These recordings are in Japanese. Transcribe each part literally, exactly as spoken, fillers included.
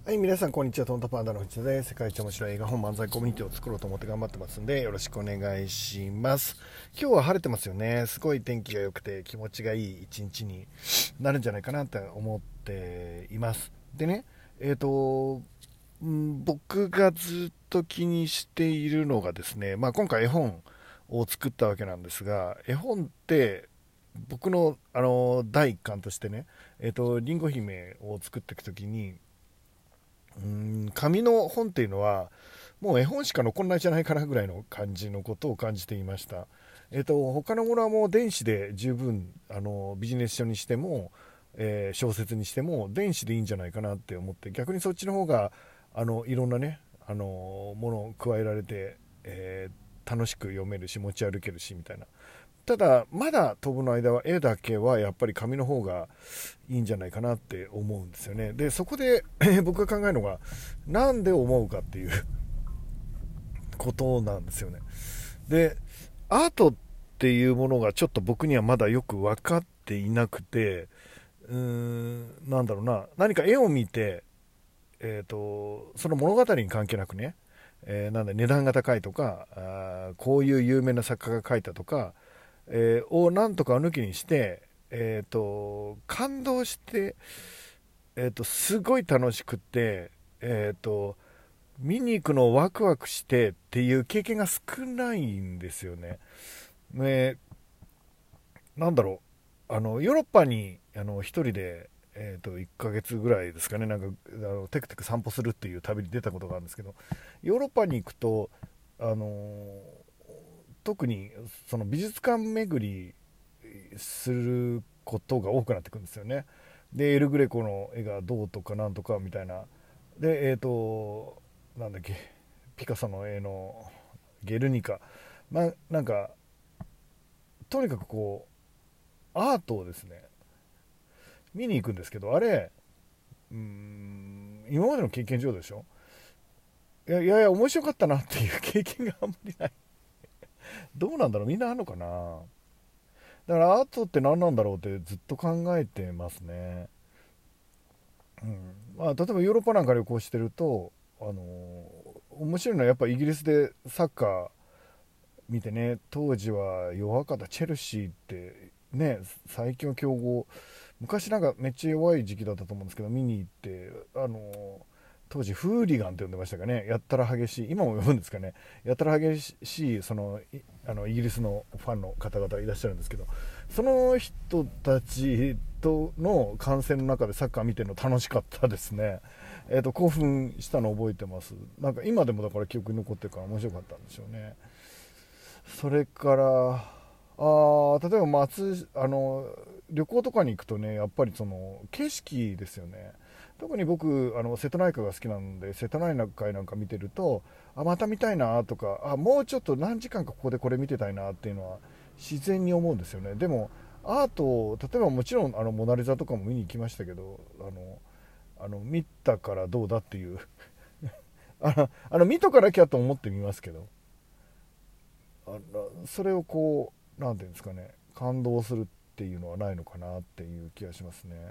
はい、皆さんこんにちは。トントパンダの藤田で世界一面白い映画本漫才コミュニティを作ろうと思って頑張ってますんで、よろしくお願いします。今日は晴れてますよね。すごい天気が良くて気持ちがいい一日になるんじゃないかなって思っています。でね、えっ、とん僕がずっと気にしているのがですね、まあ、今回絵本を作ったわけなんですが、絵本って僕の、あの第一巻としてね、えっ、とりんご姫を作っていくときに、うーん紙の本っていうのはもう絵本しか残らないんじゃないかなぐらいの感じのことを感じていました。えっ、と他のものはもう電子で十分、あのビジネス書にしても、えー小説にしても電子でいいんじゃないかなって思って、逆にそっちの方があのいろんなね、あのものを加えられて、えー楽しく読めるし持ち歩けるしみたいな。ただまだ飛ぶの間は絵だけはやっぱり紙の方がいいんじゃないかなって思うんですよね。でそこで僕が考えるのが、なんで思うかっていうことなんですよね。でアートっていうものがちょっと僕にはまだよく分かっていなくて、うーんなんだろうな、何か絵を見て、えー、とその物語に関係なくね、えーなんだ値段が高いとか、あーこういう有名な作家が描いたとか、えーをなんとか抜きにして、えー、と感動して、えー、とすごい楽しくって、えー、と見に行くのをワクワクしてっていう経験が少ないんですよね。ね、なんだろう、あのヨーロッパにあの一人で、えー、といっかげつぐらいですかね、なんかあのテクテク散歩するっていう旅に出たことがあるんですけど、ヨーロッパに行くと、あの特にその美術館巡りすることが多くなってくるんですよね。でエル・グレコの絵がどうとかなんとかみたいな。でえっ、となんだっけ、ピカソの絵のゲルニカ、まあなんかとにかくこうアートをですね見に行くんですけど、あれうーん今までの経験上でしょ、いやいやいや面白かったなっていう経験があんまりない。どうなんだろう、みんなあるのかな。だからアートって何なんだろうってずっと考えてますね。うんまあ、例えばヨーロッパなんか旅行してると、あのー面白いのはやっぱイギリスでサッカー見てね、当時は弱かったチェルシーってね、最強強豪、昔なんかめっちゃ弱い時期だったと思うんですけど見に行って、あのー当時フーリガンって呼んでましたかね、やったら激しい、今も呼ぶんですかね、やったら激しいそのいあのイギリスのファンの方々いらっしゃるんですけど、その人たちとの観戦の中でサッカー見てるの楽しかったですね。えー、と興奮したの覚えてます。なんか今でもだから記憶に残ってるから面白かったんでしょうね。それからあー例えば松あの旅行とかに行くとね、やっぱりその景色ですよね。特に僕あの瀬戸内海が好きなんで、瀬戸内海なんか見てると、あまた見たいなとか、あもうちょっと何時間かここでこれ見てたいなっていうのは自然に思うんですよね。でもアート、例えばもちろんあのモナ・リザとかも見に行きましたけど、あのあの見たからどうだっていうあのあの見とかなきゃと思ってみますけど、あのそれをこうなんていうんですかね、感動するっていうのはないのかなっていう気がしますね。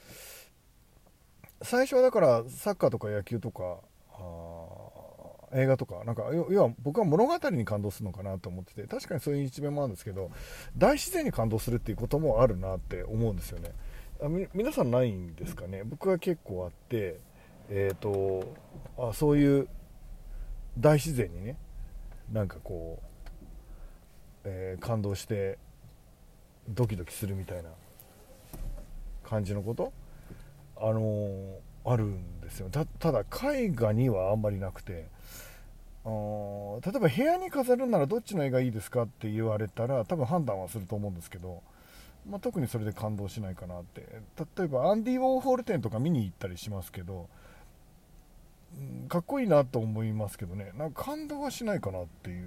最初はだからサッカーとか野球とかあ映画とかなんか要要は僕は物語に感動するのかなと思ってて、確かにそういう一面もあるんですけど、大自然に感動するっていうこともあるなって思うんですよね。あみ皆さんないんですかね。僕は結構あって、えっ、とあそういう大自然にね、なんかこう、えー感動してドキドキするみたいな感じのこと、あのーあるんですよ。たただ絵画にはあんまりなくて、あー例えば部屋に飾るならどっちの絵がいいですかって言われたら多分判断はすると思うんですけど、まあ、特にそれで感動しないかなって。例えばアンディ・ウォーホル展とか見に行ったりしますけど、うんかっこいいなと思いますけどね、なんか感動はしないかなっていう、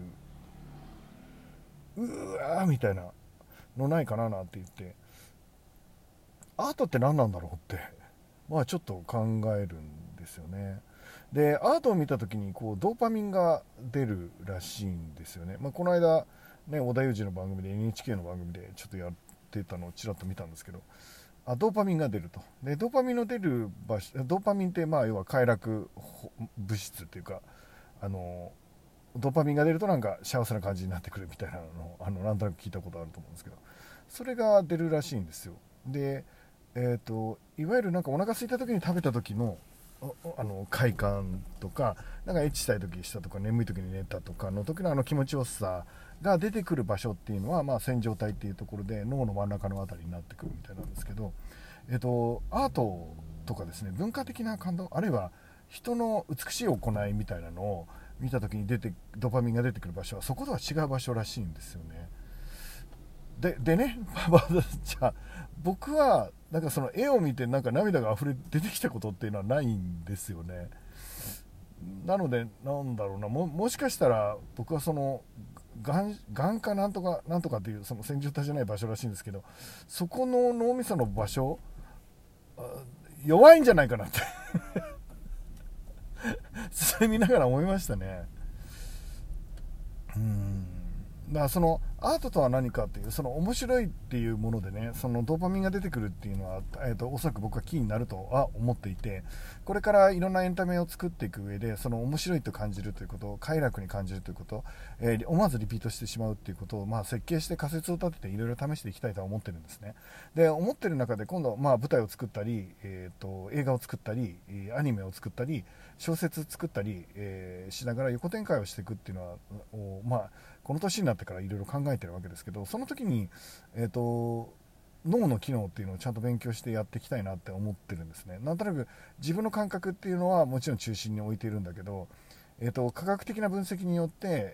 うわーみたいなのないかななんて言って、アートって何なんだろうってまあちょっと考えるんですよね。でアートを見た時にこうドーパミンが出るらしいんですよね。まあ、この間ね織田裕二の番組で エヌエイチケー の番組でちょっとやってたのをちらっと見たんですけど、 あドーパミンが出ると。でドーパミンの出る場所、ドーパミンってまあ要は快楽物質っていうか、あのドーパミンが出るとなんか幸せな感じになってくるみたいなのをあのなんとなく聞いたことあると思うんですけど、それが出るらしいんですよ。で、えーと、いわゆるなんかお腹空いた時に食べた時のあの快感とか、なんかエッチしたい時したとか眠い時に寝たとかの時のあの気持ちよさが出てくる場所っていうのは、まあ、線条体っていうところで脳の真ん中のあたりになってくるみたいなんですけど、えーと、アートとかですね、文化的な感動、あるいは人の美しい行いみたいなのを見た時に出てドーパミンが出てくる場所はそことは違う場所らしいんですよね。で, でねじゃあ僕はなんかその絵を見てなんか涙が溢れ出てきたことっていうのはないんですよね。なのでなんだろうな も, もしかしたら僕はその眼眼科なんとかなんとかっていうその線条体じゃない場所らしいんですけど、そこの脳みその場所弱いんじゃないかなってそれ見ながら思いましたね。うーんだからそのアートとは何かっていうその面白いっていうものでね、そのドーパミンが出てくるっていうのは、えーと、おそらく僕はキーになるとは思っていて、これからいろんなエンタメを作っていく上でその面白いと感じるということ、快楽に感じるということ、えー、思わずリピートしてしまうっていうことを、まあ、設計して仮説を立てていろいろ試していきたいとは思ってるんですね。で思ってる中で今度、まあ、舞台を作ったり、えーと、映画を作ったりアニメを作ったり小説作ったり、えー、しながら横展開をしていくっていうのは、まあこの年になってからいろいろ考えてるわけですけど、その時に、えーと、脳の機能っていうのをちゃんと勉強してやっていきたいなって思ってるんですね。なんとなく自分の感覚っていうのはもちろん中心に置いているんだけど、えーと、科学的な分析によって、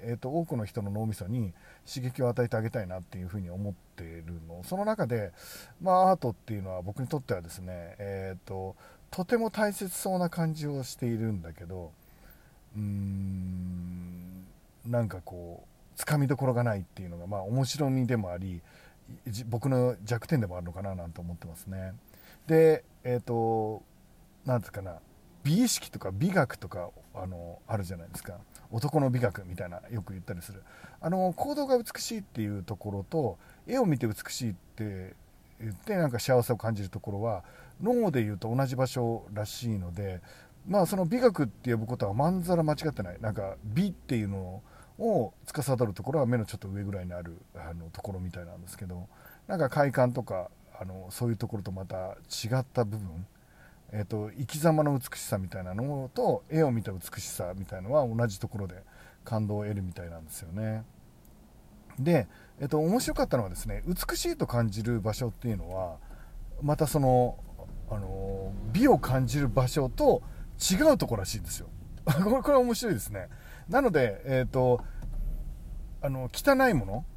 えーと、多くの人の脳みそに刺激を与えてあげたいなっていうふうに思っているの。その中で、まあ、アートっていうのは僕にとってはですね、えーと、とても大切そうな感じをしているんだけど、うーんなんかこうつかみどころがないっていうのが、まあ、面白みでもあり僕の弱点でもあるのかななんて思ってますね。でえっ、ー、となんですかな、美意識とか美学とか あのあるじゃないですか。男の美学みたいなよく言ったりする、あの行動が美しいっていうところと絵を見て美しいって言ってなんか幸せを感じるところは脳でいうと同じ場所らしいので、まあその美学って呼ぶことはまんざら間違ってない。なんか美っていうのを司るところは目のちょっと上ぐらいにあるあのところみたいなんですけど、なんか快感とかあのそういうところとまた違った部分、えーと、生き様の美しさみたいなのと絵を見た美しさみたいなのは同じところで感動を得るみたいなんですよね。で、えーと、面白かったのはですね、美しいと感じる場所っていうのはまたその、あの美を感じる場所と違うところらしいんですよこれ、これ面白いですね。なので、えーと、あの汚いもの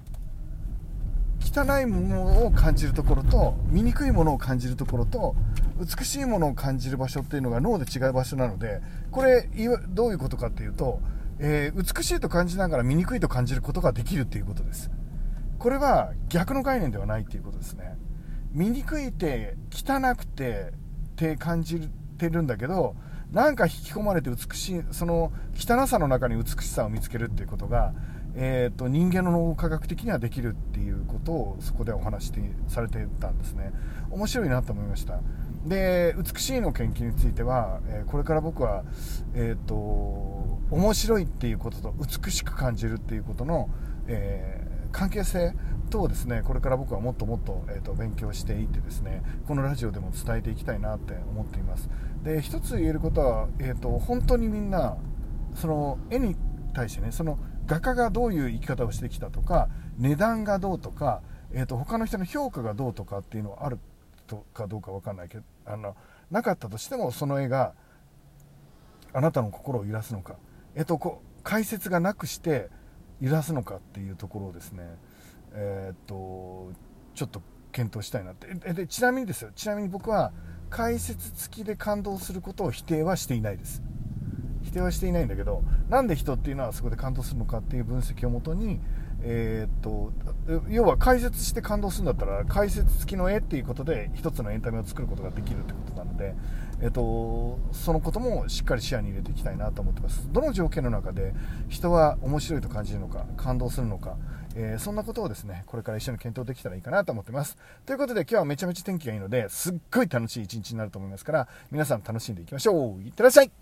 汚いものを感じるところと醜いものを感じるところと美しいものを感じる場所っていうのが脳で違う場所なので、これどういうことかっていうと、えー、美しいと感じながら醜いと感じることができるっていうことです。これは逆の概念ではないっていうことですね。醜いて汚くてって感じてるんだけど、なんか引き込まれて美しい、その汚さの中に美しさを見つけるっていうことが、えーと、人間の脳科学的にはできるっていうことをそこでお話しされてたんですね。面白いなと思いました。で、美しいの研究については、えー、これから僕は、えーと、面白いっていうことと美しく感じるっていうことの、えー関係性等をですね、これから僕はもっともっと、えーと勉強していってですね、このラジオでも伝えていきたいなって思っています。で、一つ言えることは、えーと本当にみんなその絵に対してね、その画家がどういう生き方をしてきたとか値段がどうとか、えーと他の人の評価がどうとかっていうのはあるとかどうか分かんないけど、あのなかったとしてもその絵があなたの心を揺らすのか、えーとこう解説がなくして揺らすのかっていうところをですね、えー、っとちょっと検討したいなって。で、ちなみにですよ、ちなみに僕は解説付きで感動することを否定はしていないです。否定はしていないんだけど、なんで人っていうのはそこで感動するのかっていう分析をもとに、えー、っと要は解説して感動するんだったら解説付きの絵っていうことで一つのエンタメを作ることができるってことなので、えー、っとそのこともしっかり視野に入れていきたいなと思ってます。どの条件の中で人は面白いと感じるのか、感動するのか、 えー、そんなことをですねこれから一緒に検討できたらいいかなと思ってます。ということで今日はめちゃめちゃ天気がいいのですっごい楽しい一日になると思いますから、皆さん楽しんでいきましょう。いってらっしゃい。